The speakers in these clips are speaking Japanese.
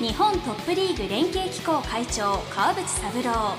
日本トップリーグ連携機構会長川淵三郎、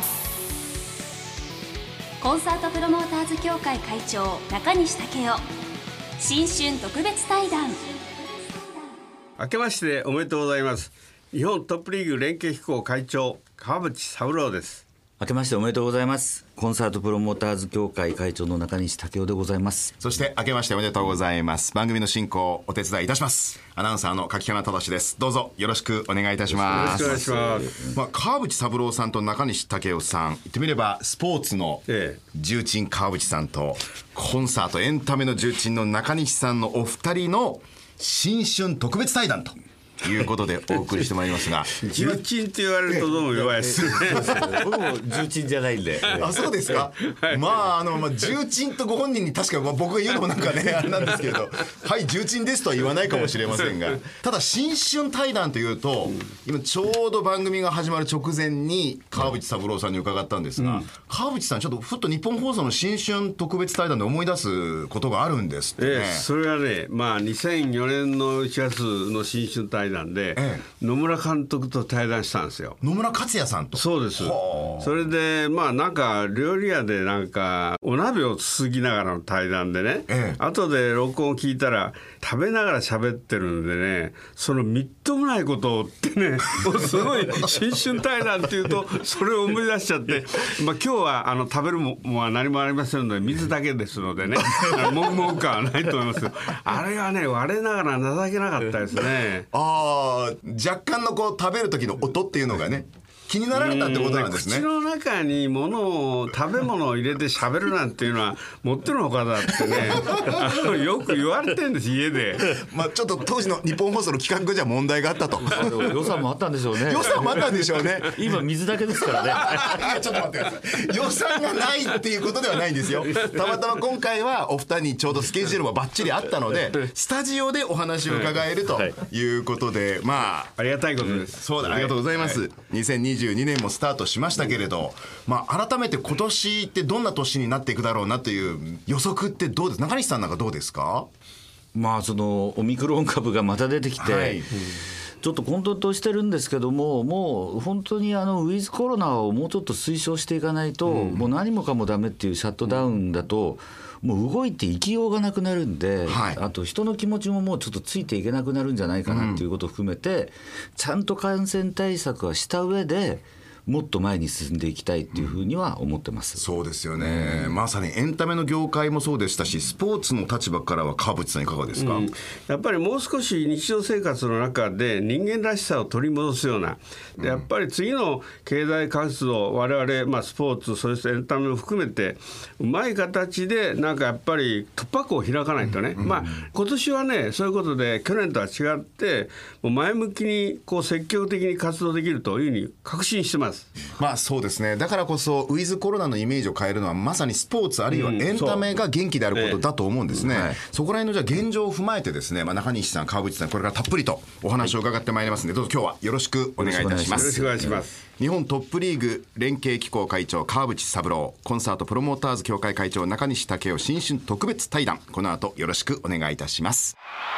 コンサートプロモーターズ協会会長中西武雄、新春特別対談。 明けましておめでとうございます。日本トップリーグ連携機構会長川淵三郎です。 明けましておめでとうございます。コンサートプロモーターズ協会会長の中西武雄でございます。 そして明けましておめでとうございます。番組の進行をお手伝いいたしますアナウンサーの柿花忠です。どうぞよろしくお願いいたします。 よろしくお願いします。 川淵三郎さんと中西武雄さん、言ってみればスポーツの重鎮川淵さんと、コンサートエンタメの重鎮の中西さんのお二人の新春特別対談ということでお送りしてまいりますが重鎮って言われるとどうも弱いですね。 僕も重鎮じゃないんで。 あ、そうですか。重鎮とご本人に確か僕が言うのもなんかねあれなんですけれど、はい重鎮ですとは言わないかもしれませんが、ただ新春対談というと、今ちょうど番組が始まる直前に川淵三郎さんに伺ったんですが、川淵さんちょっとふっと日本放送の新春特別対談で思い出すことがあるんですってね。 それはね、2004年の1月の新春対談で、野村監督と対談したんですよ。 野村克也さんと。 そうです。それでなんか料理屋でなんかお鍋をつつぎながらの対談でね、後で録音を聞いたら食べながら喋ってるんでね、そのみっともないことをってねもうすごい新春対談っていうとそれを思い出しちゃって、今日は食べるものは何もありませんので水だけですのでねもぐもぐ感はないと思いますけど、あれはね我ながら情けなかったですね。 若干の食べる時の音っていうのがね気になられたってことなんですね。 口の中に食べ物を入れて喋るなんていうのはもってのほかだってねよく言われてるんです家で。 ちょっと当時の日本放送の企画じゃ問題があったと。 予算もあったんでしょうね。 予算もあったんでしょうね。 今水だけですからね。 いやちょっと待ってください。予算がないっていうことではないんですよ。たまたま今回はお二人にちょうどスケジュールもバッチリあったのでスタジオでお話を伺えるということで、 ありがたいことです。 そうだ、ありがとうございます。2022年もスタートしましたけれど、改めて今年ってどんな年になっていくだろうなという予測ってどうです？中西さんなんかどうですか？ そのオミクロン株がまた出てきて、ちょっと混沌としてるんですけども、もう本当にウィズコロナをもうちょっと推奨していかないと、もう何もかもダメっていうシャットダウンだと、もう動いていきようがなくなるんで、あと人の気持ちももうちょっとついていけなくなるんじゃないかなっていうことを含めて、ちゃんと感染対策はした上でもっと前に進んでいきたいっていうふうには思ってます。 そうですよね、まさにエンタメの業界もそうでしたし、スポーツの立場からは川淵さんいかがですか？ やっぱりもう少し日常生活の中で人間らしさを取り戻すような、やっぱり次の経済活動、我々、スポーツそしてエンタメを含めてうまい形でなんかやっぱり突破口を開かないとね、今年はねそういうことで去年とは違ってもう前向きに積極的に活動できるというふうに確信してます。 そうですね。だからこそウィズコロナのイメージを変えるのはまさにスポーツあるいはエンタメが元気であることだと思うんですね。そこら辺のじゃあ現状を踏まえてですね、中西さん川淵さんこれからたっぷりとお話を伺ってまいりますので、どうぞ今日はよろしくお願いいたします。 よろしくお願いします。 日本トップリーグ連携機構会長川淵三郎、コンサートプロモーターズ協会会長中西武雄新春特別対談、この後よろしくお願いいたします。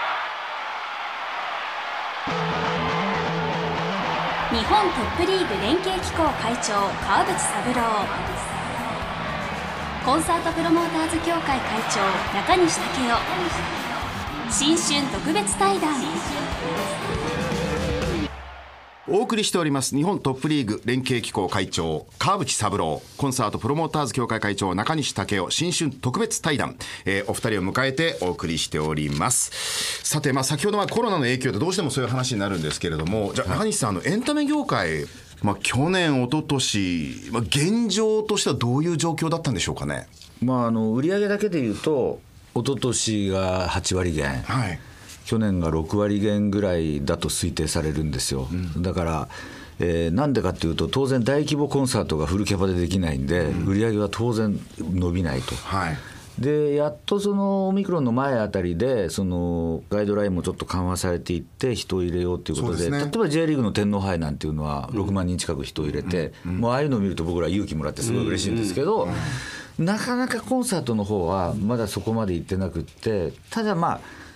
日本トップリーグ連携機構会長川淵三郎、コンサートプロモーターズ協会会長中西武雄、新春特別対談。 お送りしております日本トップリーグ連携機構会長川淵三郎、コンサートプロモーターズ協会会長中西武雄新春特別対談、お二人を迎えてお送りしております。さて、先ほどはコロナの影響でどうしてもそういう話になるんですけれども、じゃあ中西さんエンタメ業界、去年一昨年、現状としてはどういう状況だったんでしょうかね。 売上だけでいうと一昨年が8割減、去年が6割減ぐらいだと推定されるんですよ。だからなんでかっていうと、当然大規模コンサートがフルキャパでできないんで、売り上げは当然伸びないと。でやっとそのオミクロンの前あたりでそのガイドラインもちょっと緩和されていって人を入れようということ で、例えば J リーグの天皇杯なんていうのは6万人近く人を入れて、もうああいうのを見ると僕ら勇気もらってすごい嬉しいんですけど、なかなかコンサートの方はまだそこまで行ってなくって、ただ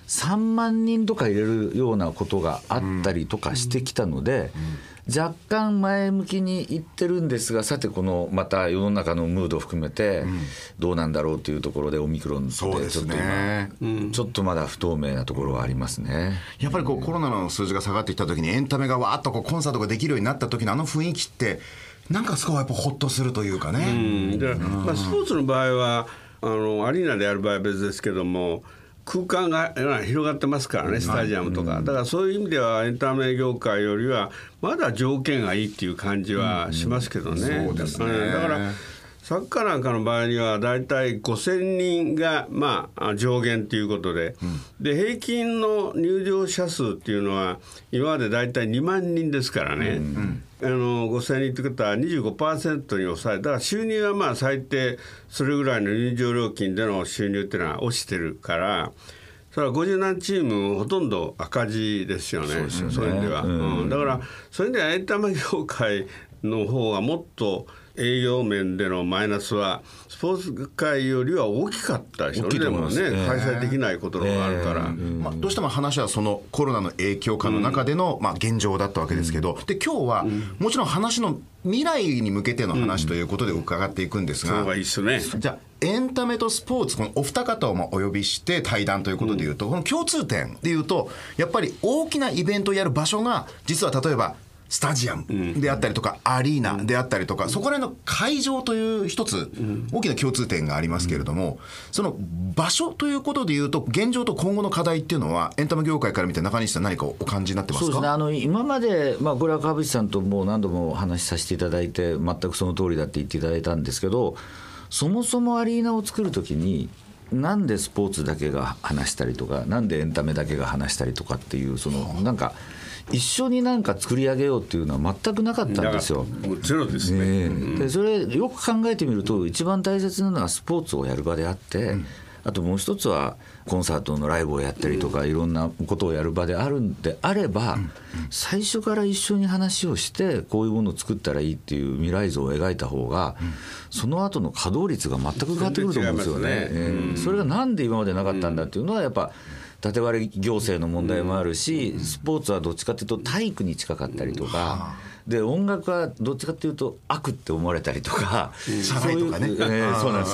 3万人とか入れるようなことがあったりとかしてきたので、若干前向きにいってるんですが、さてこのまた世の中のムードを含めてどうなんだろうというところで、オミクロンでちょっと今ちょっとまだ不透明なところはありますね。 やっぱりコロナの数字が下がってきた時にエンタメがわーっとコンサートができるようになった時のあの雰囲気ってなんかすごいやっぱホッとするというかね。 でスポーツの場合はアリーナでやる場合は別ですけども、空間が広がってますからね、スタジアムとか、だからそういう意味ではエンタメ業界よりはまだ条件がいいっていう感じはしますけどね。 そうですね。 だからサッカーなんかの場合にはだいたい5000人が上限ということで、で平均の入場者数っていうのは今までだいたい2万人ですからね、5000人ということは 25% に抑え、だから収入は最低それぐらいの入場料金での収入っていうのは落ちてるから、それは50何チームほとんど赤字ですよね。そういう意味では、だからそういう意味ではエンタメ業界の方がもっと営業面でのマイナスはスポーツ界よりは大きかったし、それでもね開催できないことがあるから、 どうしても話はそのコロナの影響下の中での現状だったわけですけど、で今日はもちろん話の未来に向けての話ということで伺っていくんですが、 そうがいいですね。 じゃあエンタメとスポーツ、このお二方をお呼びして対談ということでいうと、この共通点でいうとやっぱり大きなイベントをやる場所が実は例えばスタジアムであったりとか、アリーナであったりとか、そこら辺の会場という一つ大きな共通点がありますけれども、その場所ということでいうと現状と今後の課題っていうのはエンタメ業界から見て中西さん何かお感じになってますか？ そうですね、今まで、これは川淵さんともう何度も話させていただいて全くその通りだって言っていただいたんですけど、そもそもアリーナを作るときになんでスポーツだけが話したりとか、なんでエンタメだけが話したりとかっていう、そのなんか一緒になんか作り上げようっていうのは全くなかったんですよ。 ゼロですね。 でそれよく考えてみると一番大切なのはスポーツをやる場であって、あともう一つはコンサートのライブをやったりとか、いろんなことをやる場であるんであれば、最初から一緒に話をしてこういうものを作ったらいいっていう未来像を描いた方が、その後の稼働率が全く変わってくると思うんですよね。それがなんで今までなかったんだっていうのはやっぱ縦割り行政の問題もあるし、スポーツはどっちかというと体育に近かったりとかで、音楽はどっちかというと悪って思われたりとか、 社内とかね、 そうなんです、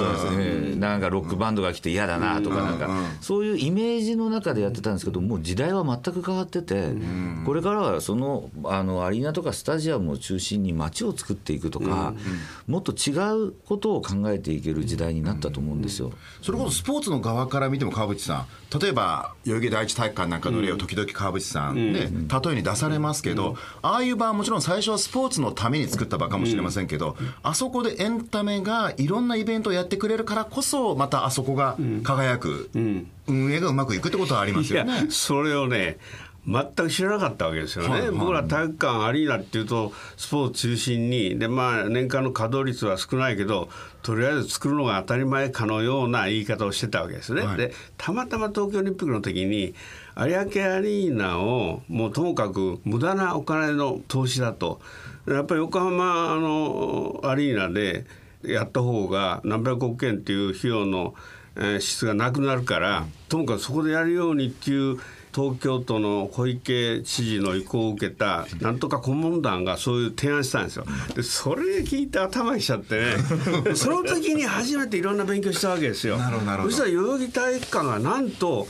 なんかロックバンドが来て嫌だなとか、なんかそういうイメージの中でやってたんですけど、もう時代は全く変わってて、これからはそのアリーナとかスタジアムを中心に街を作っていくとか、もっと違うことを考えていける時代になったと思うんですよ。 それこそスポーツの側から見ても川淵さん、例えば代々木第一体育館なんかの例を時々川淵さんで例えに出されますけど、ああいう場はもちろん最初はスポーツのために作った場かもしれませんけど、あそこでエンタメがいろんなイベントをやってくれるからこそ、またあそこが輝く、運営がうまくいくってことはありますよね。 いや、それをね全く知らなかったわけですよね。僕ら体育館アリーナっていうとスポーツ中心にで、年間の稼働率は少ないけどとりあえず作るのが当たり前かのような言い方をしてたわけですね。でたまたま東京オリンピックの時に有明アリーナをもうともかく無駄なお金の投資だと、やっぱり横浜アリーナでやった方が何百億円っていう費用の質がなくなるから、ともかくそこでやるようにっていう東京都の小池知事の意向を受けたなんとか顧問団がそういう提案したんですよ。でそれ聞いて頭にしちゃってねその時に初めていろんな勉強したわけですよ。そしたら代々木体育館がなんと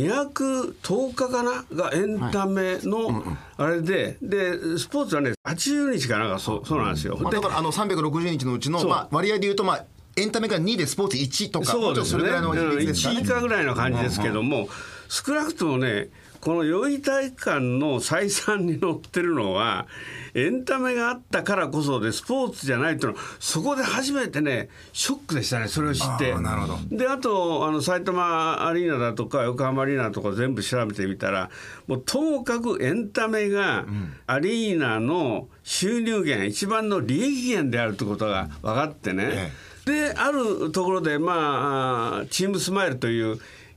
210日かながエンタメのあれで、スポーツはね80日かなんかそうなんですよ。 だから360日のうちの割合で言うとエンタメが2でスポーツ1とか、 そうですね、1以下ぐらいの感じですけども、少なくともねこの代々木体育館の採算に載ってるのはエンタメがあったからこそで、スポーツじゃないっていうのはそこで初めてねショックでしたね、それを知って。 なるほど。 であと埼玉アリーナだとか横浜アリーナとか全部調べてみたら、もうともかくエンタメがアリーナの収入源、一番の利益源であるってことが分かってね、であるところでチームスマイルという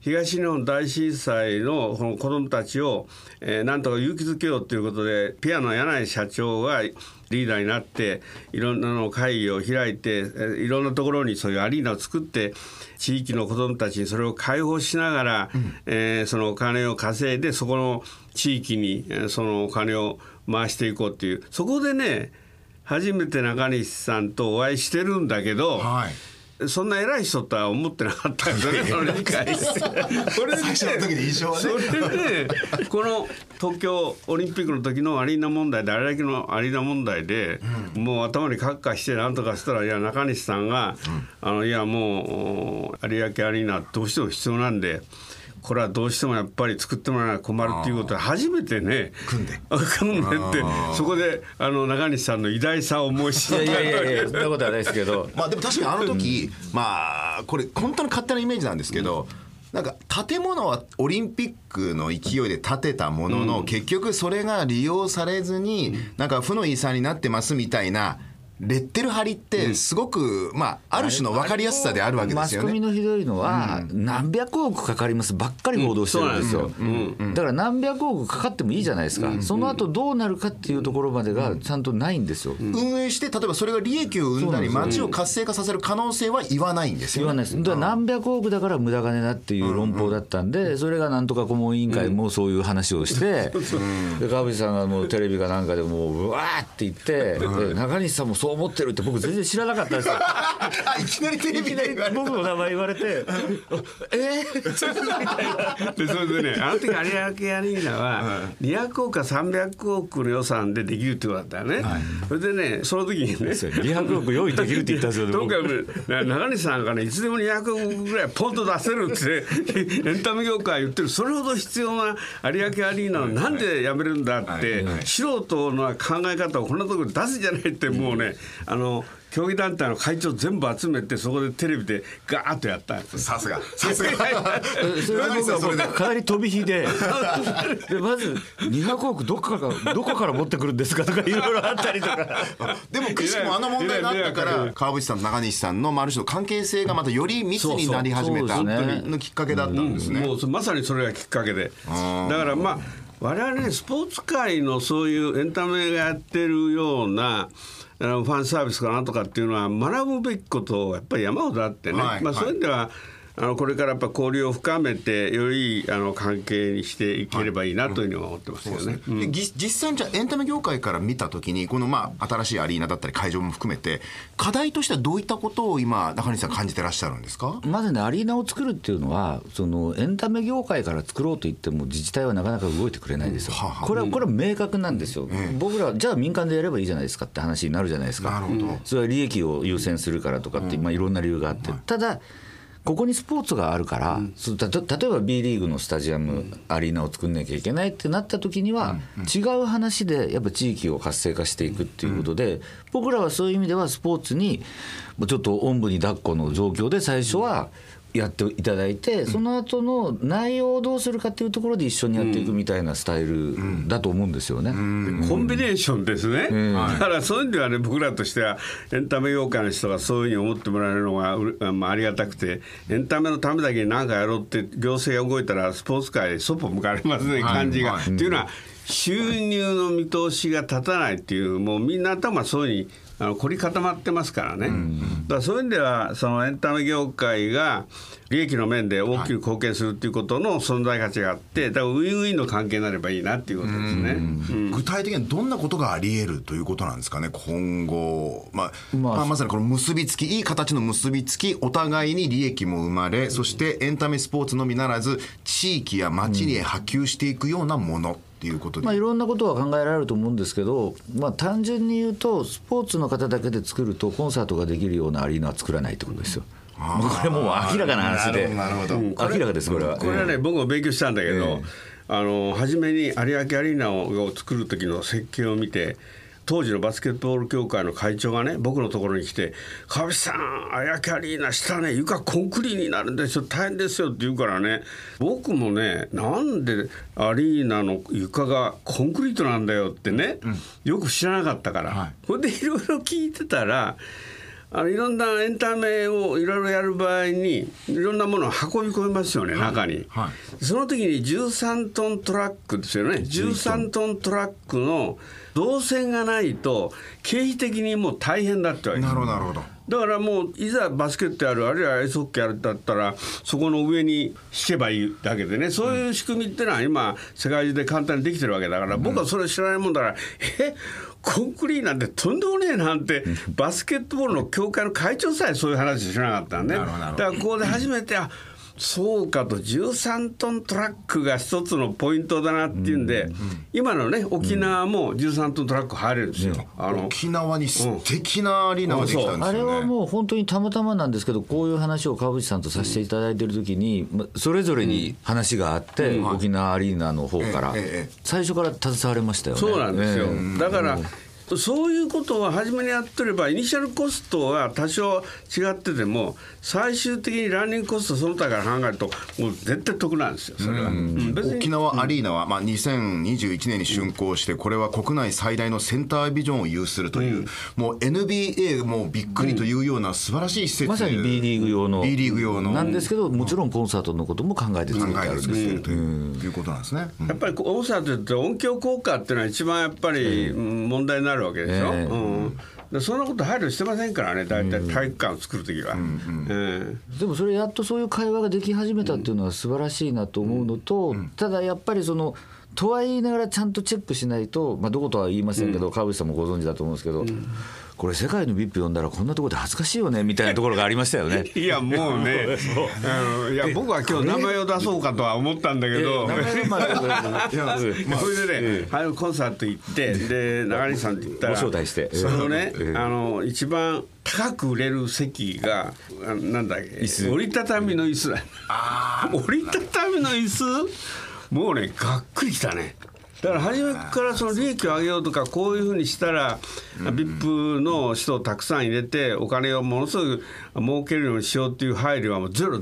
東日本大震災のこの子どもたちを、なんとか勇気づけようということでピアノ柳井社長がリーダーになっていろんなの会議を開いていろんなところにそういうアリーナを作って地域の子どもたちにそれを開放しながら、そのお金を稼いでそこの地域にそのお金を回していこうっていう、そこでね初めて中西さんとお会いしてるんだけど、そんな偉い人とは思ってなかったんですよね、その理解して最初の時の印象はね。 それでこの東京オリンピックの時のアリーナ問題で、あれだけのアリーナ問題で、もう頭にカッカしてなんとかしたら、いや中西さんが、いやもう有明アリーナどうしても必要なんでこれはどうしてもやっぱり作ってもらわないと困るっていうことで初めてね組んでってそこで中西さんの偉大さを思い知った。 いやそんなことはないですけどまあでも確かにあの時、まあこれ本当に勝手なイメージなんですけど、なんか建物はオリンピックの勢いで建てたものの、結局それが利用されずになんか負の遺産になってますみたいなレッテル貼りってすごく、ある種の分かりやすさであるわけですよね。 マスコミのひどいのは、何百億かかりますばっかり報道してるんですよ、だから何百億かかってもいいじゃないですか、その後どうなるかっていうところまでがちゃんとないんですよ、 運営して例えばそれが利益を生んだり街を活性化させる可能性は言わないんですよね。 言わないです。だから何百億だから無駄金だっていう論法だったんで、それがなんとか顧問委員会もそういう話をして、で川淵さんがもうテレビかなんかでもうわーって言って中西さんもそう思ってるって僕全然知らなかったんですよいきなりテレビで僕の名前言われてでそれでね、あの時有明アリーナは200億か300億の予算でできるってことだったよね、それでねその時にね 200億用意できるって言ったんですよ。 とにかく中西さんがねいつでも200億ぐらいポンと出せるってエンタメ業界言ってる。それほど必要な有明アリーナをなんでやめるんだって、素人の考え方をこんなところで出すじゃないって、もうね競技団体の会長全部集めてそこでテレビでガーッとやったんです。 さすがそれは僕はかなり飛び火でまず200億どこから持ってくるんですかとかいろいろあったりとかでもくしくもあの問題があったから川淵さんと中西さんのある種の関係性がまたより密になり始めたのきっかけだったんですね。 もうまさにそれがきっかけで、だから我々ねスポーツ界のそういうエンタメがやってるようなファンサービスかなんとかっていうのは学ぶべきことをやっぱり山ほどあってね、そういう意味ではこれからやっぱ交流を深めてより関係にしていければいいなというふうに思ってますよね。 実際にじゃあエンタメ業界から見たときにこの新しいアリーナだったり会場も含めて課題としてはどういったことを今中西さん感じてらっしゃるんですか。 まずねアリーナを作るっていうのはそのエンタメ業界から作ろうと言っても自治体はなかなか動いてくれないですよ、これは明確なんですよ、僕らじゃあ民間でやればいいじゃないですかって話になるじゃないですか。 なるほど。 それは利益を優先するからとかっていろんな理由があって、ただここにスポーツがあるから、例えば B リーグのスタジアム、アリーナを作んなきゃいけないってなった時には、違う話でやっぱ地域を活性化していくっていうことで、僕らはそういう意味ではスポーツにちょっとおんぶに抱っこの状況で最初はやっていただいて、その後の内容をどうするかっていうところで一緒にやっていくみたいなスタイルだと思うんですよね。 コンビネーションですね、だからそういう意味ではね僕らとしてはエンタメ業界の人がそういうふうに思ってもらえるのがありがたくて、エンタメのためだけに何かやろうって行政が動いたらスポーツ界そっぽ向かれますね、感じが、っていうのは収入の見通しが立たないっていう、もうみんな頭そういうふうに凝り固まってますからね、だからそういう意味ではそのエンタメ業界が利益の面で大きく貢献するっていうことの存在価値があって、だからウィンウィンの関係になればいいなっていうことですね。 具体的にどんなことがあり得るということなんですかね今後、まさにこの結びつき、いい形の結びつき、お互いに利益も生まれ、そしてエンタメスポーツのみならず地域や街に波及していくようなものっていうことで、 いろんなことは考えられると思うんですけど、単純に言うとスポーツの方だけで作るとコンサートができるようなアリーナは作らないってことですよ。これもう明らかな話で、明らかですこれは。 これはね、僕も勉強したんだけど、初めに有明アリーナを作る時の設計を見て、当時のバスケットボール協会の会長がね僕のところに来て「川淵さん有明アリーナ下ね床コンクリになるんですよ大変ですよ」って言うからね、僕もねなんでアリーナの床がコンクリートなんだよってね、よく知らなかったから、これでいろいろ聞いてたらいろんなエンタメをいろいろやる場合にいろんなものを運び込みますよね、中に、その時に13トントラックですよね。13トントラックの動線がないと経費的にもう大変だってわけです。 なるほどなるほど。 だからもういざバスケットやる、あるいはアイスホッケーやるだったらそこの上に引けばいいだけでね、そういう仕組みってのは今世界中で簡単にできてるわけだから、僕はそれ知らないもんだからコンクリなんてとんでもねえなんてバスケットボールの協会の会長さえそういう話しなかったんね。だからここで初めてそうかと、13トントラックが一つのポイントだなっていうんで、今のね沖縄も13トントラック入れるんですよ、 沖縄に素敵なアリーナができたんですよね。 あれはもう本当にたまたまなんですけど、こういう話を川淵さんとさせていただいている時に、それぞれに話があって、沖縄アリーナの方から最初から携われましたよね。 そうなんですよ、だからそういうことを初めにやってればイニシャルコストは多少違ってても最終的にランニングコストその他から考えるともう絶対得なんですよ、それは。 沖縄アリーナは、2021年に竣工して、これは国内最大のセンタービジョンを有するという、もう NBA もびっくりというような素晴らしい施設、 まさに B リーグ用の B リーグ用のなんですけど、もちろんコンサートのことも考えて作ってあるんですよ、 ということなんですね。 やっぱりコンサートって音響効果っていうのは一番やっぱり問題になるわけでしょ、でそんなこと配慮してませんからね、大体体育館を作るときは、 でもそれやっとそういう会話ができ始めたっていうのは素晴らしいなと思うのと、ただやっぱりとは言いながらちゃんとチェックしないと、どことは言いませんけど、川淵さんもご存知だと思うんですけど、これ世界の VIP 呼んだらこんなところで恥ずかしいよねみたいなところがありましたよね。 いやもうねいや僕は今日名前を出そうかとは思ったんだけど、それでねコンサート行ってで中西さんって言ったらご招待してそのね一番高く売れる席がなんだっけ、折りたたみの椅子だ。折りたたみの椅子もうねがっくりきたね。だから初めからその利益を上げようとかこういうふうにしたら VIP の人をたくさん入れてお金をものすごく儲けるようにしようっていう配慮はもうゼロ。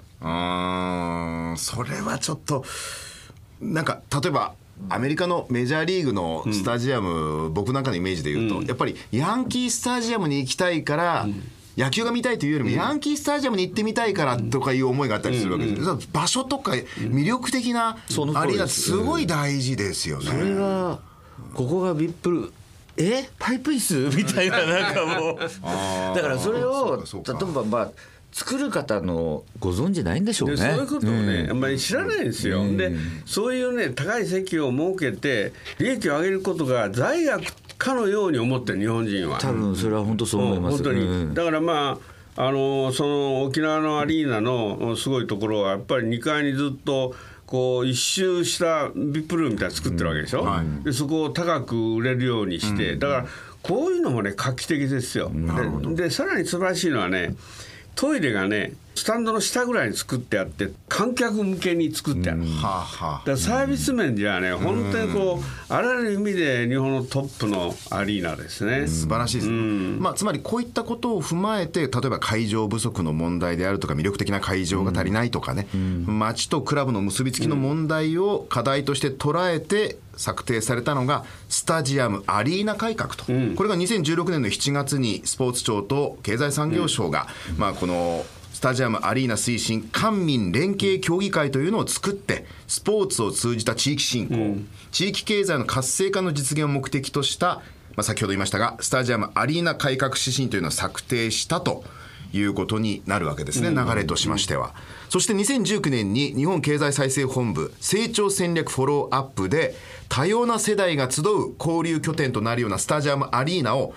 それはちょっとなんか例えばアメリカのメジャーリーグのスタジアム、僕なんかのイメージで言うと、やっぱりヤンキースタジアムに行きたいから、野球が見たいというよりもヤンキースタジアムに行ってみたいからとかいう思いがあったりするわけです。場所とか魅力的なアリーナすごい大事ですよね。 それがここがビップパイプ椅子みたいな、なんかもうだからそれを例えば作る方のご存知ないんでしょうね。 そういうことをね、あんまり知らないんですよ。でそういうね高い席を設けて利益を上げることが罪悪かのように思ってる日本人は。 多分それは本当そう思います。 本当に、だからその沖縄のアリーナのすごいところはやっぱり2階にずっとこう一周したビップルームみたいなの作ってるわけでしょ、でそこを高く売れるようにして、だからこういうのもね画期的ですよ。でさらに素晴らしいのはね、トイレがねスタンドの下ぐらいに作ってあって観客向けに作ってある、だからサービス面じゃね本当にあらゆる意味で日本のトップのアリーナですね。 素晴らしいです、つまりこういったことを踏まえて、例えば会場不足の問題であるとか魅力的な会場が足りないとかね、街とクラブの結びつきの問題を課題として捉えて策定されたのがスタジアムアリーナ改革と、これが2016年の7月にスポーツ庁と経済産業省が、このスタジアムアリーナ推進官民連携協議会というのを作って、スポーツを通じた地域振興、地域経済の活性化の実現を目的とした、先ほど言いましたがスタジアムアリーナ改革指針というのを策定したということになるわけですね、流れとしましては。そして2019年に日本経済再生本部成長戦略フォローアップで、多様な世代が集う交流拠点となるようなスタジアムアリーナを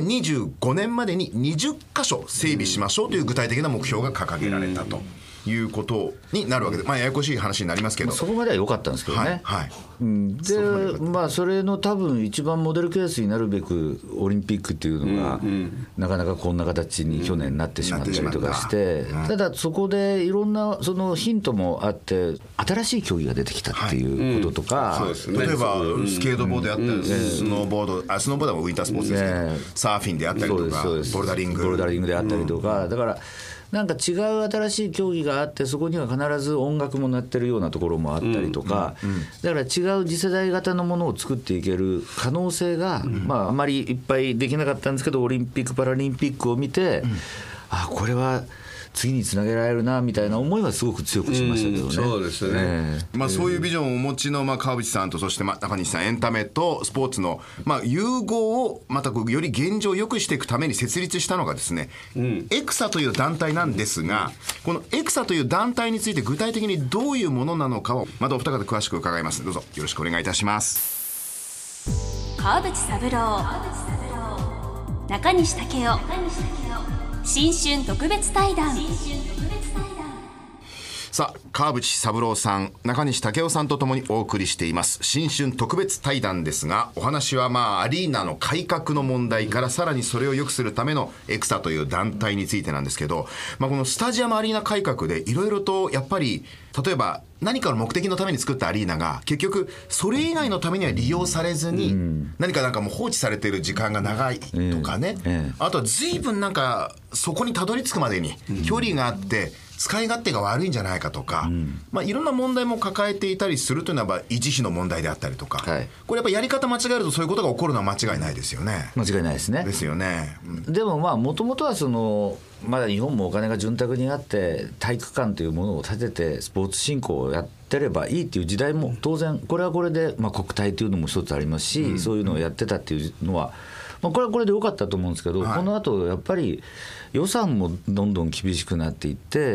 2025年までに20カ所整備しましょうという具体的な目標が掲げられたということになるわけで、ややこしい話になりますけど、 そこまでは良かったんですけどね。でそれの多分一番モデルケースになるべくオリンピックっていうのが、なかなかこんな形に去年なってしまったりとかして、ただそこでいろんなそのヒントもあって新しい競技が出てきたっていうこととか、 例えばスケートボードであったり、スノーボードはウィンタースポーツですけど、サーフィンであったりとか、ボルダリングであったりとか、だからなんか違う新しい競技があって、そこには必ず音楽も鳴ってるようなところもあったりとか、だから違う次世代型のものを作っていける可能性が、あまりいっぱいできなかったんですけど、オリンピックパラリンピックを見て、これは次につなげられるなみたいな思いはすごく強くしましたけどね。 そうですね、 そういうビジョンをお持ちの川淵さんと、そして中西さん、エンタメとスポーツの融合をまたより現状を良くしていくために設立したのがですね、エクサという団体なんですが、このエクサという団体について具体的にどういうものなのかをまたお二方詳しく伺います。どうぞよろしくお願いいたします。 川淵三郎、中西武雄、新春特別対談。 さあ、川淵三郎さん、中西武雄さんとともにお送りしています新春特別対談ですが、お話はアリーナの改革の問題から、さらにそれを良くするためのエクサという団体についてなんですけど、このスタジアムアリーナ改革でいろいろとやっぱり、例えば何かの目的のために作ったアリーナが結局それ以外のためには利用されずに、何かもう放置されている時間が長いとかね、あとは随分そこにたどり着くまでに距離があって使い勝手が悪いんじゃないかとか、いろんな問題も抱えていたりするというのは維持費の問題であったりとか、これやっぱやり方間違えるとそういうことが起こるのは間違いないですよね。 間違いないですね。 ですよね。 でももともとはまだ日本もお金が潤沢にあって体育館というものを建ててスポーツ振興をやってればいいっていう時代も当然これはこれで、国体というのも一つありますし、そういうのをやってたっていうのは、これはこれで良かったと思うんですけど、この後やっぱり予算もどんどん厳しくなっていって、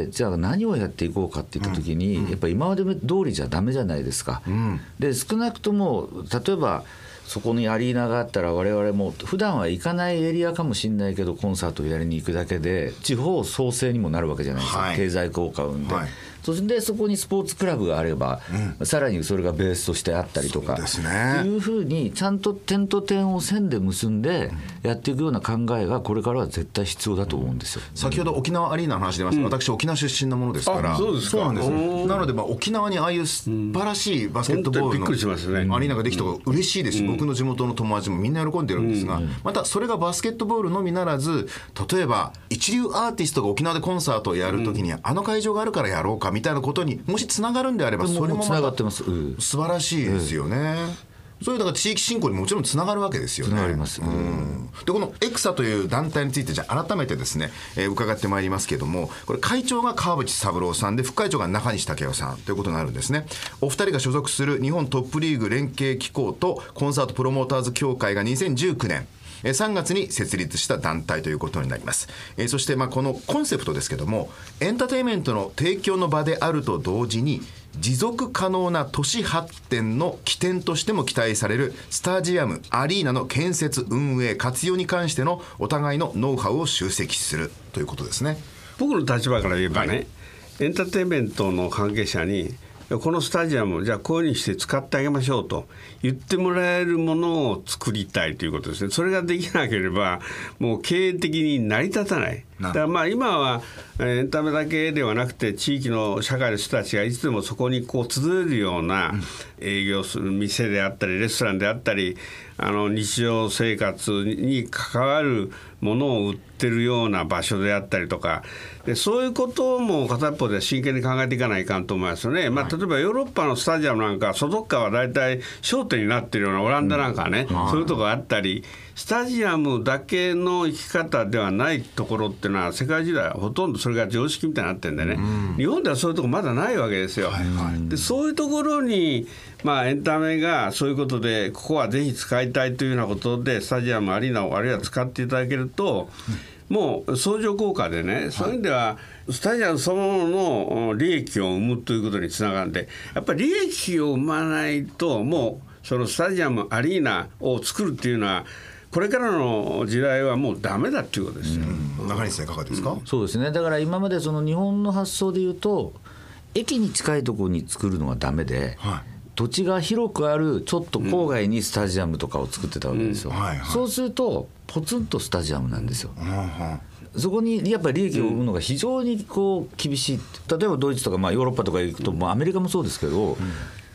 じゃあ何をやっていこうかっていった時に、やっぱり今まで通りじゃダメじゃないですか。で少なくとも例えばそこにアリーナがあったら、我々も普段は行かないエリアかもしれないけど、コンサートをやりに行くだけで地方創生にもなるわけじゃないですか、経済効果を生んで、そしてそこにスポーツクラブがあれば、さらにそれがベースとしてあったりとか、っていうふうにちゃんと点と点を線で結んでやっていくような考えがこれからは絶対必要だと思うんですよ。 先ほど沖縄アリーナの話出ました、私沖縄出身のものですから。 そうですか。 そうなんですよ。なので沖縄にああいう素晴らしいバスケットボールのアリーナができたのが嬉しいですし、僕の地元の友達もみんな喜んでるんですが、またそれがバスケットボールのみならず、例えば一流アーティストが沖縄でコンサートをやるときに、あの会場があるからやろうかみたいなことにもしつながるんであれば、それもまた素晴らしいですよね。そういう地域振興にもちろんつながるわけですよね。 つながります。 でこのエクサという団体についてじゃあ改めてですね、伺ってまいりますけども、これ会長が川淵三郎さんで、副会長が中西武雄さんということになるんですね。お二人が所属する日本トップリーグ連携機構とコンサートプロモーターズ協会が2019年3月に設立した団体ということになります。そしてこのコンセプトですけども、エンターテインメントの提供の場であると同時に、持続可能な都市発展の起点としても期待されるスタジアムアリーナの建設運営活用に関してのお互いのノウハウを集積するということですね。 僕の立場から言えばね、エンターテインメントの関係者にこのスタジアムをじゃあこういうふうにして使ってあげましょうと言ってもらえるものを作りたいということですね。それができなければもう経営的に成り立たない。だから今はエンタメだけではなくて、地域の社会の人たちがいつでもそこに集えるような営業する店であったりレストランであったり、日常生活に関わるものを売ってるような場所であったりとかで、そういうことも片っぽで真剣に考えていかないかんと思いますよね。例えばヨーロッパのスタジアムなんか外側は大体商店になってるような、オランダなんかね、そういうとこがあったり、スタジアムだけの生き方ではないところっていうのは世界中ではほとんどそれが常識みたいになってるんでね、日本ではそういうところまだないわけですよ。でそういうところにエンタメがそういうことでここはぜひ使いたいというようなことでスタジアムアリーナをあるいは使っていただけると、もう相乗効果でね、そういう意味ではスタジアムそのものの利益を生むということにつながるんで、やっぱり利益を生まないともうそのスタジアムアリーナを作るっていうのはこれからの時代はもうダメだっていうことですよ。 中西さんいかがですか？ そうですね。だから今までその日本の発想でいうと、駅に近いところに作るのはダメで、土地が広くあるちょっと郊外にスタジアムとかを作ってたわけですよ。そうするとポツンとスタジアムなんですよ。そこにやっぱり利益を生むのが非常に厳しい。例えばドイツとかヨーロッパとか行くと、アメリカもそうですけど、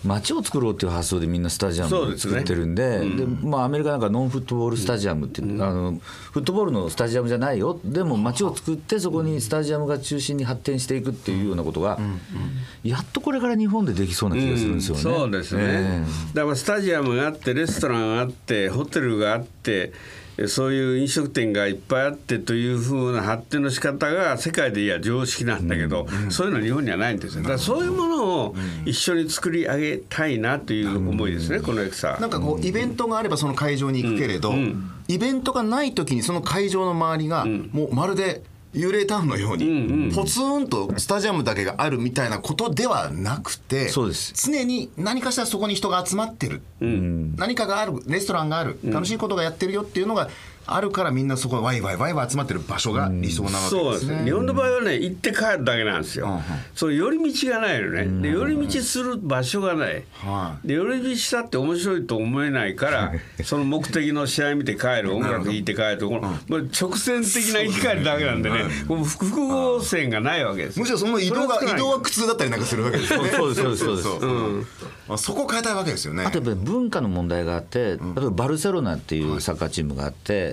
街を作ろうっていう発想でみんなスタジアムを作ってるんで、アメリカなんかノンフットボールスタジアムっていう、フットボールのスタジアムじゃないよ、でも街を作ってそこにスタジアムが中心に発展していくっていうようなことが、やっとこれから日本でできそうな気がするんですよね。 そうですね、だからスタジアムがあってレストランがあってホテルがあってそういう飲食店がいっぱいあってというふうな発展の仕方が世界でいや常識なんだけど、そういうのは日本にはないんですよ。だからそういうものを一緒に作り上げたいなという思いですね、このエクサ。 なんかこうイベントがあればその会場に行くけれど、イベントがない時にその会場の周りがもうまるで幽霊タウンのようにポツンとスタジアムだけがあるみたいなことではなくて、 そうです。 常に何かしらそこに人が集まってる、何かがある、レストランがある、楽しいことがやってるよっていうのがあるから、みんなそこワイワイ集まってる場所が理想なわけですね。 そうですね。日本の場合はね、行って帰るだけなんですよ。その寄り道がないよね。で寄り道する場所がない。で寄り道したって面白いと思えないからその目的の試合見て帰る、音楽聴いて帰ると、この直線的な行き帰りだけなんでね、複合線がないわけです。 むしろその移動は苦痛だったりなんかするわけですよね。 そうです。 そこを変えたいわけですよね。 あとやっぱり文化の問題があって、例えばバルセロナっていうサッカーチームがあって、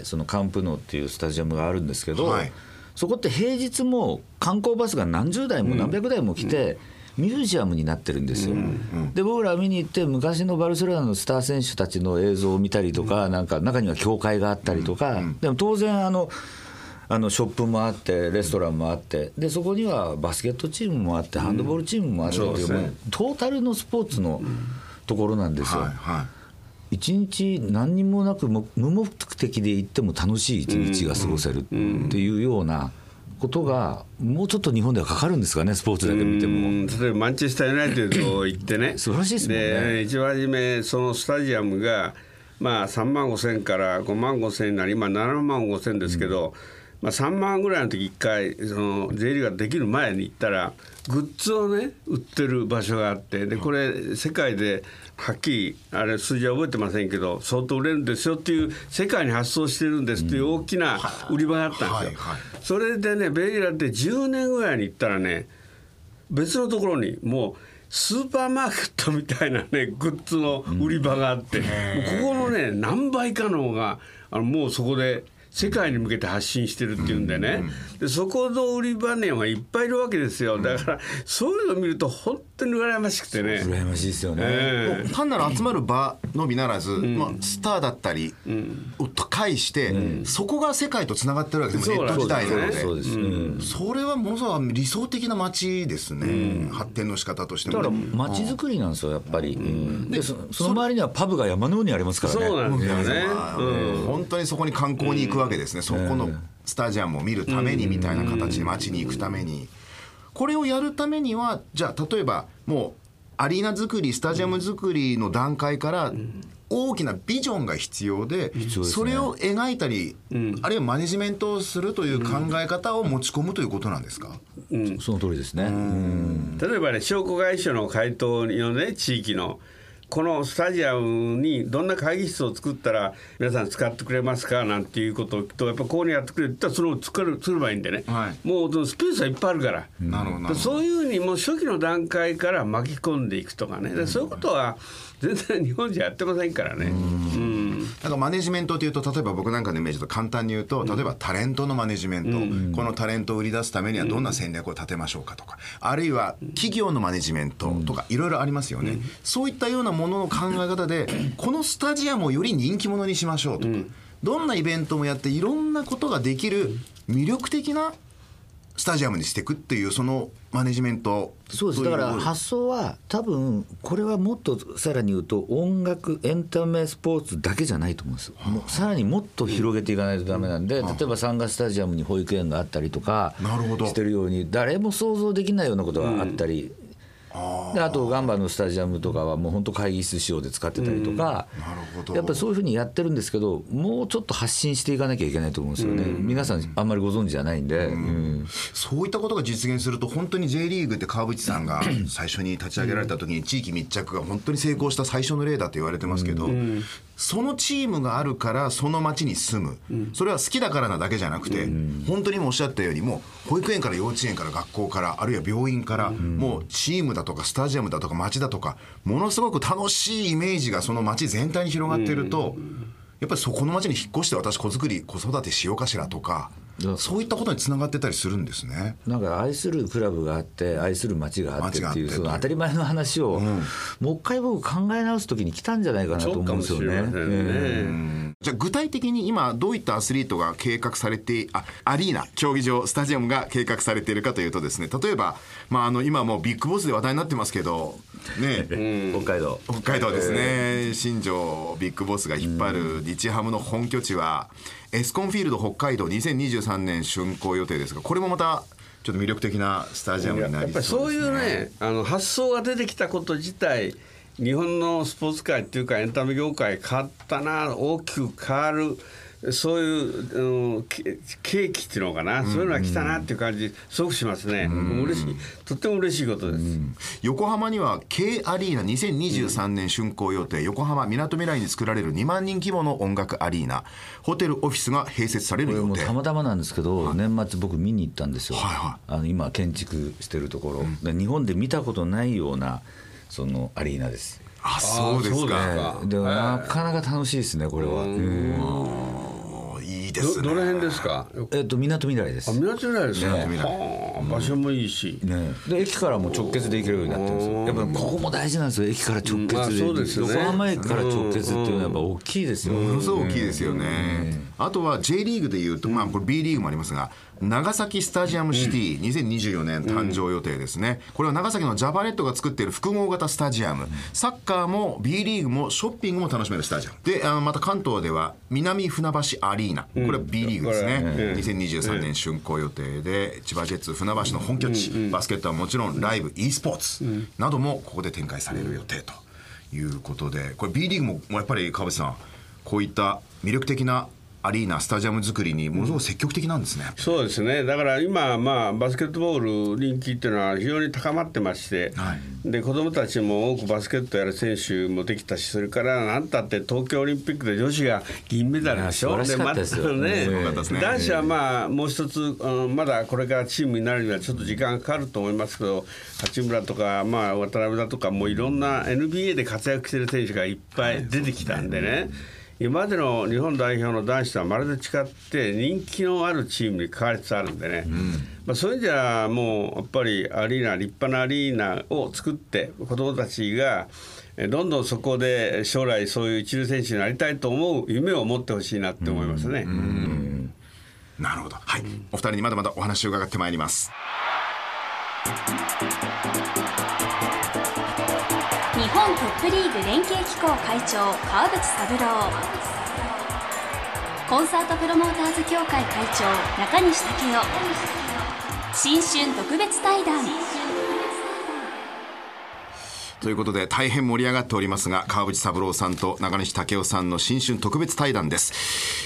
そのカンプノっていうスタジアムがあるんですけど、そこって平日も観光バスが何十台も何百台も来て、ミュージアムになってるんですよ。で僕ら見に行って昔のバルセロナのスター選手たちの映像を見たりとか、なんか中には教会があったりとか、でも当然ショップもあってレストランもあって、でそこにはバスケットチームもあってハンドボールチームもあって、もうトータルのスポーツのところなんですよ。一日何にもなく無目的で行っても楽しい一日が過ごせるっていうようなことがもうちょっと日本ではかかるんですかね、スポーツだけ見ても。 例えばマンチェスターユナイテッド行ってね素晴らしいですもんね。 一番初めそのスタジアムが3万5千から5万5千になり今7万5千ですけど、3万ぐらいの時1回その J リーグができる前に行ったらグッズをね売ってる場所があって、でこれ世界ではっきりあれ数字は覚えてませんけど相当売れるんですよっていう、世界に発送してるんですっていう大きな売り場があったんですよ。それでねベイエラって10年ぐらいに行ったらね、別のところにもうスーパーマーケットみたいなねグッズの売り場があって、もうここのね何倍かのがもうそこで世界に向けて発信してるっていうんでね、でそこの売り場ねはいっぱいいるわけですよ。だからそういうのを見ると本当に羨ましくてね。 羨ましいですよね。 単なる集まる場のみならず、スターだったりを介して、そこが世界とつながってるわけですもん、ネット時代なので。それはものすごい理想的な街ですね、発展の仕方としても。 だから街づくりなんですよやっぱり。でその周りにはパブが山のようにありますからね。 そうなんですよね。 本当にそこに観光に行くわけですね、そこのスタジアムを見るためにみたいな形で街に行くために。これをやるためにはじゃあ例えばもうアリーナ作りスタジアム作りの段階から大きなビジョンが必要で、それを描いたり、あるいはマネジメントをするという考え方を持ち込むということなんですか。 その通りですね。 例えばね商工会議所の回答のね地域のこのスタジアムにどんな会議室を作ったら皆さん使ってくれますかなんていうことを聞くと、やっぱこういうのやってくれって言ったらそれを作ればいいんでね、もうスペースはいっぱいあるから、そういうふうにもう初期の段階から巻き込んでいくとかね、でそういうことは全然日本じゃやってませんからね。 なんかマネジメントというと、例えば僕なんかのイメージと簡単に言うと、例えばタレントのマネジメント、このタレントを売り出すためにはどんな戦略を立てましょうかとか、あるいは企業のマネジメントとかいろいろありますよね。そういったようなものの考え方でこのスタジアムをより人気者にしましょうとか、どんなイベントもやっていろんなことができる魅力的なスタジアムにしていくっていう、そのマネジメント。 そうです。だから発想は多分これはもっとさらに言うと音楽エンタメスポーツだけじゃないと思うんです。もうさらにもっと広げていかないとダメなんで、例えばサンガスタジアムに保育園があったりとかしてるように、誰も想像できないようなことがあったり、であとガンバのスタジアムとかはもう本当会議室仕様で使ってたりとか、やっぱりそういうふうにやってるんですけど、もうちょっと発信していかなきゃいけないと思うんですよね。皆さんあんまりご存知じゃないんで、 そういったことが実現すると本当に J リーグって川淵さんが最初に立ち上げられた時に地域密着が本当に成功した最初の例だと言われてますけど、そのチームがあるからその町に住む、それは好きだからなだけじゃなくて、本当にもおっしゃったようにもう保育園から幼稚園から学校からあるいは病院からもうチームだだとかスタジアムだとか街だとかものすごく楽しいイメージがその街全体に広がっていると、やっぱりそこの町に引っ越して私子育てしようかしらとか、そういったことにつながってたりするんですね。 なんか愛するクラブがあって愛する街があってっていうその当たり前の話を、もう一回僕考え直す時に来たんじゃないかなと思うんですよね。 じゃあ具体的に今どういったアスリートが計画されてアリーナ競技場スタジアムが計画されているかというとですね、例えば、今もうビッグボスで話題になってますけどね、 北海道ですね、新庄ビッグボスが引っ張る日ハムの本拠地はエスコンフィールド北海道2023年竣工予定ですが、これもまたちょっと魅力的なスタジアムになりそうですね。 やっぱりそういうね発想が出てきたこと自体日本のスポーツ界っていうかエンタメ業界変わったな、大きく変わる、そういう契機っていうのかな、そういうのが来たなっていう感じすごくしますね。嬉しい、とっても嬉しいことです。 横浜には K アリーナ2023年竣工予定、横浜みなとみらいに作られる2万人規模の音楽アリーナ、ホテルオフィスが併設される予定。 これもたまたまなんですけど、年末僕見に行ったんですよ、今建築してるところ、日本で見たことないようなそのアリーナです。 そうですか。 でもなかなか楽しいですねこれは。 いいですね。 どの辺ですか？ みなとみらいです。 みなとみらいですか。場所もいいし、 で駅からも直結で行けるようになってるんですよ。やっぱりここも大事なんですよ、駅から直結で。 そうですね、 横浜駅から直結っていうのはやっぱ大きいですよ。 ものすごく大きいですよね。あとは J リーグでいうと、これ B リーグもありますが、長崎スタジアムシティ2024年誕生予定ですね。これは長崎のジャパネットが作っている複合型スタジアム、サッカーも B リーグもショッピングも楽しめるスタジアムで、また関東では南船橋アリーナ、これは B リーグですね。2023年竣工予定で、千葉ジェッツ船橋の本拠地、バスケットはもちろんライブ e スポーツなどもここで展開される予定ということで、これ B リーグもやっぱり川淵さん、こういった魅力的なアリーナスタジアム作りにものすごく積極的なんですね。 そうですね。だから今、バスケットボール人気っていうのは非常に高まってまして、で子どもたちも多くバスケットやる選手もできたし、それからなんたって東京オリンピックで女子が銀メダルでしょ。 素晴らしかったですよね。 男子はもう一つ、まだこれからチームになるにはちょっと時間がかかると思いますけど、八村とか、渡辺だとか、もういろんな NBA で活躍している選手がいっぱい出てきたんでね、今までの日本代表の男子とはまるで違って人気のあるチームに変わりつつあるんでね、そういう意味ではもうやっぱりアリーナ、立派なアリーナを作って子どもたちがどんどんそこで将来そういう一流選手になりたいと思う夢を持ってほしいなって思いますね。 なるほど、お二人にまだまだお話を伺ってまいります。 日本トップリーグ連携機構会長川淵三郎、コンサートプロモーターズ協会会長中西武雄、新春特別対談ということで大変盛り上がっておりますが、川淵三郎さんと中西武雄さんの新春特別対談です。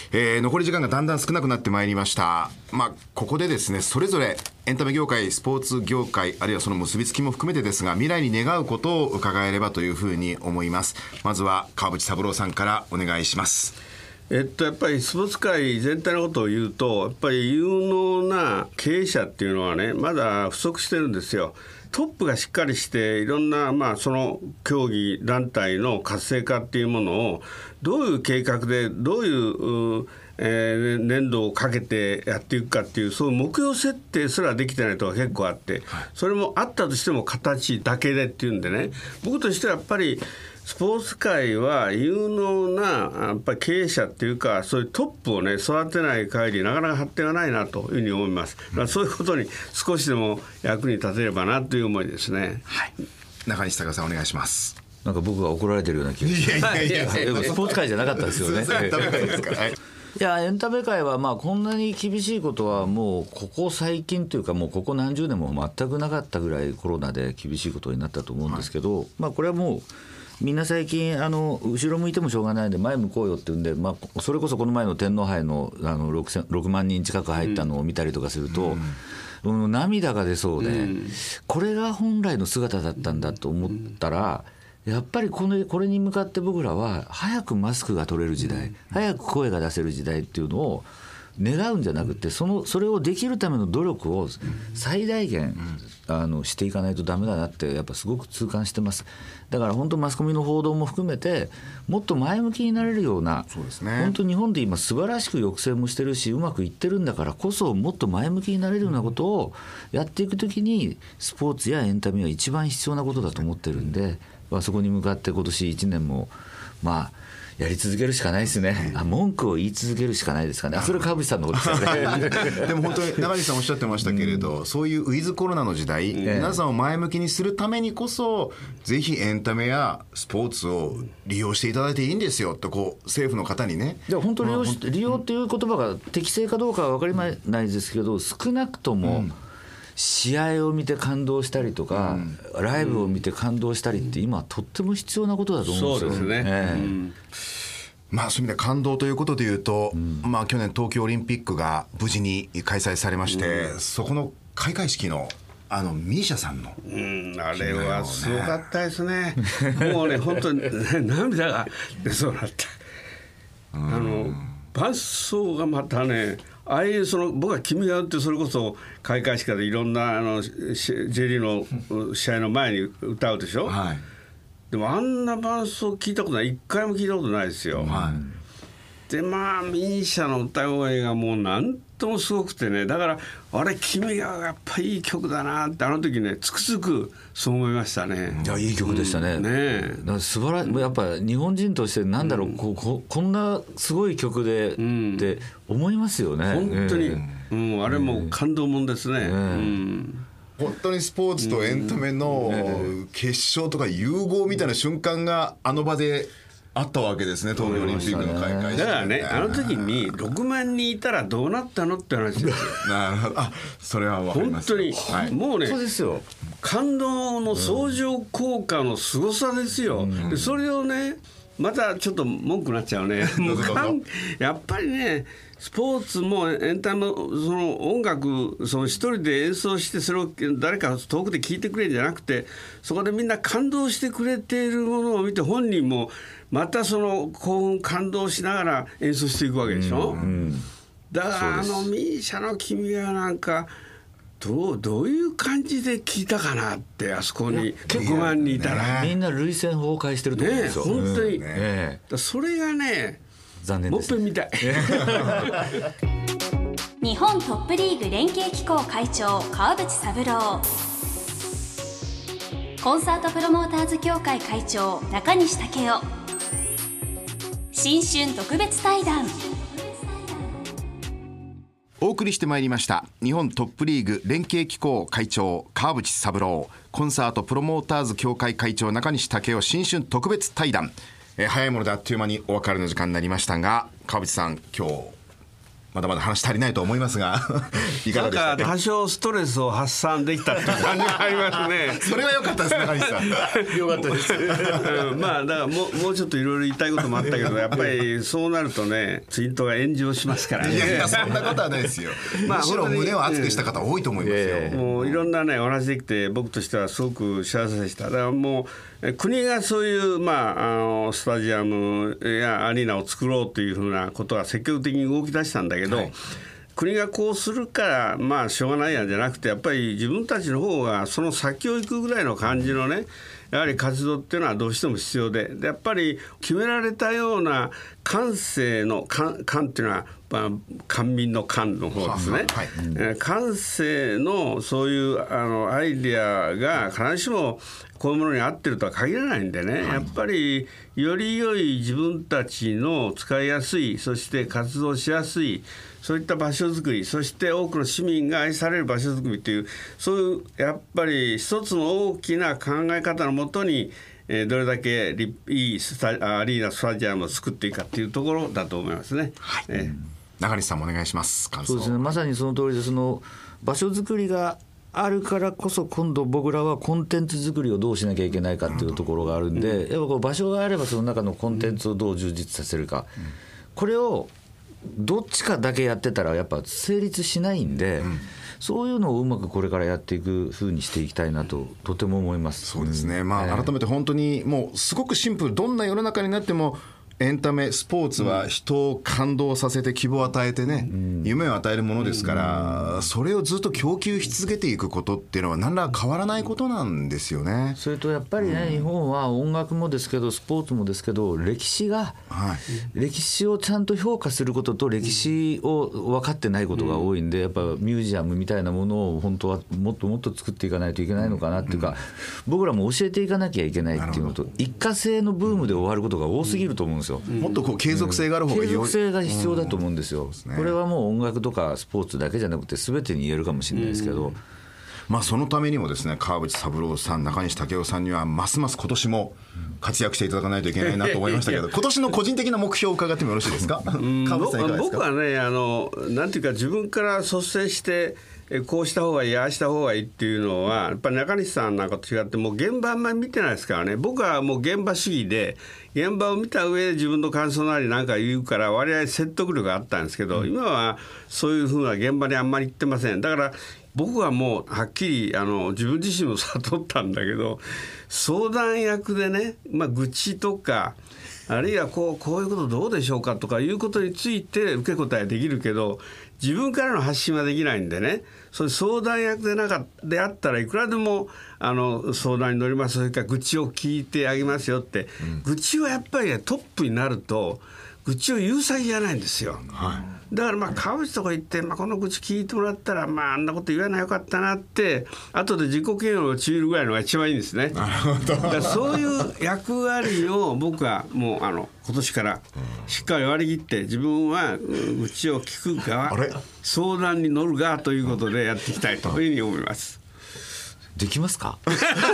残り時間がだんだん少なくなってまいりました。ここでですね、それぞれエンタメ業界、スポーツ業界、あるいはその結びつきも含めてですが、未来に願うことを伺えればというふうに思います。まずは川淵三郎さんからお願いします。 やっぱりスポーツ界全体のことを言うと、やっぱり有能な経営者っていうのはね、まだ不足してるんですよ。トップがしっかりしていろんな、その競技団体の活性化っていうものをどういう計画でどういう年度をかけてやっていくかっていう、そういう目標設定すらできてないところが結構あって、それもあったとしても形だけでっていうんでね、僕としてはやっぱりスポーツ界は有能なやっぱり経営者っていうか、そういうトップをね育てない限りなかなか発展がないなというふうに思います。そういうことに少しでも役に立てればなという思いですね。 中西隆さんお願いします。 なんか僕が怒られてるような気がします。いやスポーツ界じゃなかったですよね。いやエンタメ界はこんなに厳しいことはもうここ最近というか、もうここ何十年も全くなかったぐらいコロナで厳しいことになったと思うんですけど、これはもうみんな最近後ろ向いてもしょうがないんで前向こうよっていうんで、それこそこの前の天皇杯の6万人近く入ったのを見たりとかすると、涙が出そうで、これが本来の姿だったんだと思ったら、やっぱりこれに向かって僕らは早くマスクが取れる時代、早く声が出せる時代っていうのを願うんじゃなくて、それをできるための努力を最大限していかないとダメだなってやっぱすごく痛感してます。だから本当マスコミの報道も含めてもっと前向きになれるような、 そうですね、 本当日本で今素晴らしく抑制もしてるしうまくいってるんだからこそもっと前向きになれるようなことをやっていくときにスポーツやエンタメは一番必要なことだと思ってるんで、そこに向かって今年1年もやり続けるしかないですね。文句を言い続けるしかないですかね。それ川淵さんのことですよね。 でも本当に中西さんおっしゃってましたけれど、そういうウィズコロナの時代、皆さんを前向きにするためにこそぜひエンタメやスポーツを利用していただいていいんですよと政府の方にね。 いや本当に利用っていう言葉が適正かどうかは分かりないですけど、少なくとも、試合を見て感動したりとか、ライブを見て感動したりって今はとっても必要なことだと思うんですよ。 そうですね、 そういう意味で感動ということでいうと、去年東京オリンピックが無事に開催されまして、そこの開会式のミーシャさんの、 あれはすごかったですね。もうね本当に涙が出そうになった。伴奏がまたね、ああいう僕は君が代ってそれこそ開会式でいろんなJリーの試合の前に歌うでしょ、でもあんな伴奏聞いたことない、一回も聞いたことないですよ、でミーシャの歌声がもうなんともすごくてね、だからあれ君がやっぱりいい曲だなって時ねつくづくそう思いましたね。 いやいい曲でしたね。だから素晴らしい、やっぱ日本人としてなんだろう、こんなすごい曲で、って思いますよね。 本当に、あれも感動もんですね。 本当にスポーツとエンタメの決勝とか融合みたいな瞬間があの場であったわけですね、東京オリンピックの開会式。 だからね、時に6万人いたらどうなったのって話ですよ。 なるほど、それは分かります。 本当に、もうね、 そうですよ、 感動の相乗効果のすごさですよ。でそれをね、またちょっと文句になっちゃうね。やっぱりね、スポーツもエンタメも音楽一人で演奏してそれを誰か遠くで聴いてくれるんじゃなくて、そこでみんな感動してくれているものを見て本人もまた興奮感動しながら演奏していくわけでしょ、だからミーシャの君がなんかどういう感じで聞いたかなって、あそこに6万人いたらみんな涙腺崩壊してると思うんですよ、 本当に、だそれがね残念です。 もっぺん見たい。 日本トップリーグ連携機構会長川淵三郎、コンサートプロモーターズ協会会長中西武雄、新春特別対談。 お送りしてまいりました日本トップリーグ連携機構会長川淵三郎、コンサートプロモーターズ協会会長中西武雄新春特別対談。早いものであっという間にお別れの時間になりましたが、川淵さん今日まだまだ話足りないと思いますがいかがでしたか。 なんか多少ストレスを発散できたっていう感じがありますね。 それは良かったです中西さん。 よかったです。 だからもうちょっといろいろ言いたいこともあったけど、やっぱりそうなるとねツイートが炎上しますからね。 いやそんなことはないですよ。むしろ胸を熱くした方多いと思いますよ。 もういろんなねお話できて僕としてはすごく幸せでした。だからもう国がそういうスタジアムやアリーナを作ろうというふうなことは積極的に動き出したんだけど、国がこうするからしょうがないやんじゃなくて、やっぱり自分たちの方がその先を行くぐらいの感じのねやはり活動っていうのはどうしても必要で、やっぱり決められたような感性の感っていうのは官民の官の方ですね、感性のそういうアイデアが必ずしもこういうものに合ってるとは限らないんでね、やっぱりより良い自分たちの使いやすい、そして活動しやすいそういった場所づくり、そして多くの市民が愛される場所づくりという、そういうやっぱり一つの大きな考え方のもとにどれだけいいアリーナスタジアムを作っていくかというところだと思いますね。 中西さんもお願いします。感想。 そうですね、まさにその通りで、その場所づくりがあるからこそ今度僕らはコンテンツ作りをどうしなきゃいけないかっていうところがあるんで、やっぱこう場所があればその中のコンテンツをどう充実させるか、これをどっちかだけやってたらやっぱ成立しないんで、そういうのをうまくこれからやっていく風にしていきたいなととても思います。 そうですね、改めて本当にもうすごくシンプル、どんな世の中になってもエンタメスポーツは人を感動させて希望を与えてね、夢を与えるものですから、それをずっと供給し続けていくことっていうのは何ら変わらないことなんですよね。 それとやっぱりね、日本は音楽もですけどスポーツもですけど歴史をちゃんと評価することと歴史を分かってないことが多いんで、やっぱミュージアムみたいなものを本当はもっともっと作っていかないといけないのかなっていうか、僕らも教えていかなきゃいけないっていうのと、一過性のブームで終わることが多すぎると思うんですよ。 もっとこう継続性がある方がいい、 継続性が必要だと思うんですよ。これはもう音楽とかスポーツだけじゃなくて全てに言えるかもしれないですけど、 そのためにもですね、川淵三郎さん、中西武夫さんにはますます今年も活躍していただかないといけないなと思いましたけど今年の個人的な目標を伺ってもよろしいですか？川淵さんいかがですか？ 僕はね、なんていうか自分から率先してこうした方がいい、ああした方がいいっていうのはやっぱり中西さんなんかと違って、もう現場あんまり見てないですからね。僕はもう現場主義で、現場を見た上で自分の感想なりなんか言うから割合説得力があったんですけど、今はそういうふうな現場にあんまり行ってません。だから僕はもうはっきり自分自身も悟ったんだけど、相談役でね、愚痴とかあるいはこういうことどうでしょうかとかいうことについて受け答えできるけど、自分からの発信はできないんでね、そういう相談役であったらいくらでも相談に乗ります。それから愚痴を聞いてあげますよって、愚痴はやっぱり、ね、トップになると愚痴を言う先じゃないんですよ。だから川淵とか行って、この愚痴聞いてもらったら、あんなこと言わなよかったなって後で自己嫌悪を強いるぐらいのが一番いいんですね。だからそういう役割を僕はもう今年からしっかり割り切って、自分は愚痴を聞く側、相談に乗る側ということでやっていきたいというふうに思います。 できますか？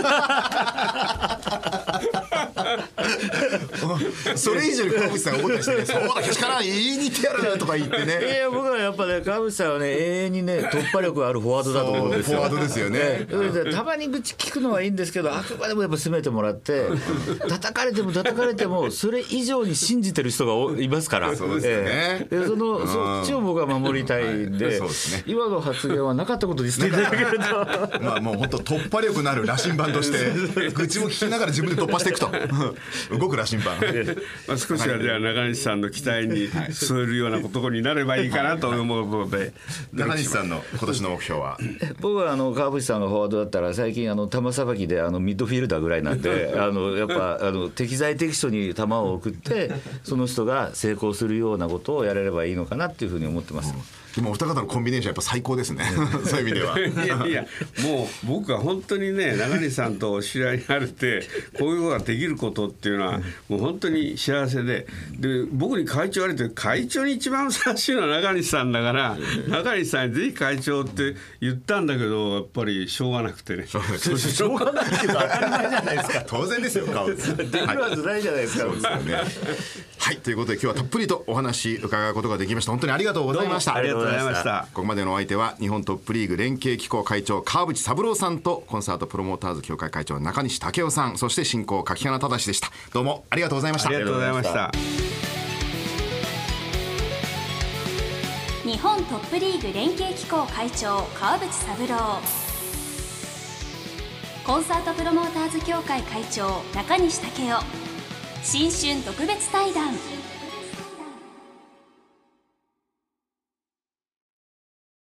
それ以上に川淵さんが思ったりしてね、そうだけしからん言いに行ってやるとか言ってね。 いや僕はやっぱね、川淵さんはね、永遠にね突破力あるフォワードだと思うんですよ。 フォワードですよね。 たまに愚痴聞くのはいいんですけど、あくまでもやっぱ攻めてもらって、叩かれてもそれ以上に信じてる人がいますから。 そうですよね。 そっちを僕は守りたいんで、 そうですね、 今の発言はなかったことにしていただけるともう本当突破力のある羅針盤として愚痴も聞きながら自分で突破していくと動く羅針盤少しはじゃあ中西さんの期待に添えるようなことになればいいかなと思うので中西さんの今年の目標は？ 僕は川淵さんがフォワードだったら、最近球さばきでミッドフィールダーぐらいなんでやっぱ適材適所に球を送ってその人が成功するようなことをやれればいいのかなっていうふうに思ってます。 でもお二方のコンビネーションやっぱ最高ですねそういう意味では。 いやもう僕は本当にね、中西さんとお知り合いになれてこういうことができることっていうのはもう本当に幸せで、僕に会長言われて、会長に一番ふさわしいのは中西さんだから、中西さんにぜひ会長って言ったんだけど、やっぱりしょうがなくてね。 しょうがないけど当たり前じゃないですか。 当然ですよ。できるはずないじゃないですか。 そうですよね。はい、ということで今日はたっぷりとお話伺うことができました。本当にありがとうございました。 ありがとうございました。 ここまでのお相手は日本トップリーグ連携機構会長川淵三郎さんとコンサートプロモーターズ協会会長中西武夫さん、そして進行柿花忠でした。どうもありがとうございました。 ありがとうございました。 日本トップリーグ連携機構会長川淵三郎、コンサートプロモーターズ協会会長中西武夫、新春特別対談。